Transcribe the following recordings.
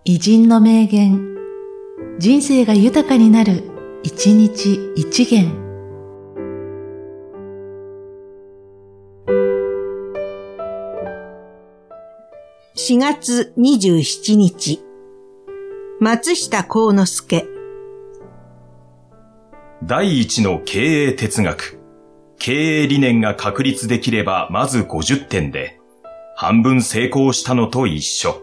偉人の名言、人生が豊かになる、一日一元。 4月27日、松下幸之助。 第一の経営哲学、経営理念が確立できればまず50点で、半分成功したのと一緒。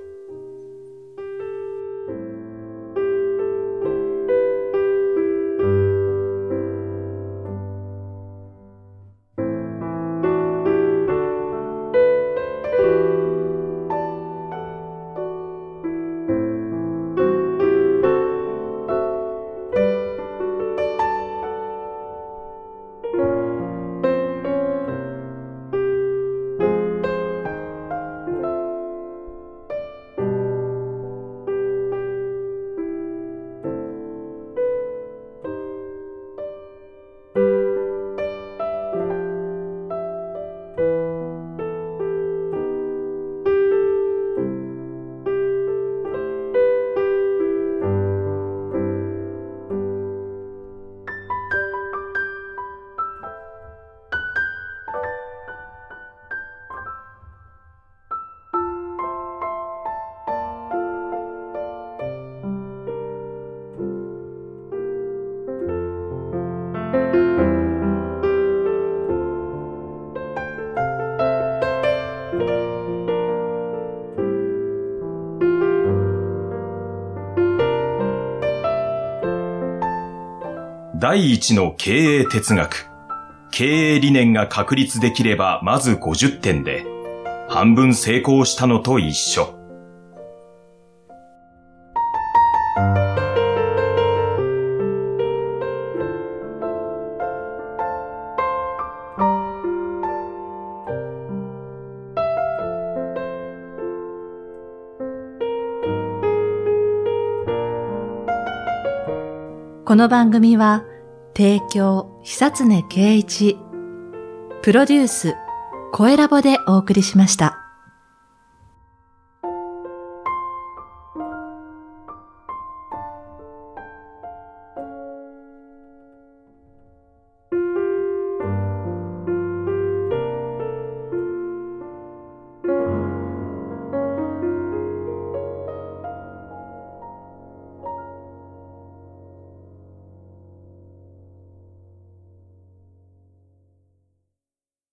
第一の経営哲学、経営理念が確立できればまず50点で、半分成功したのと一緒。 この番組は、提供、久常圭一、プロデュース、声ラボでお送りしました。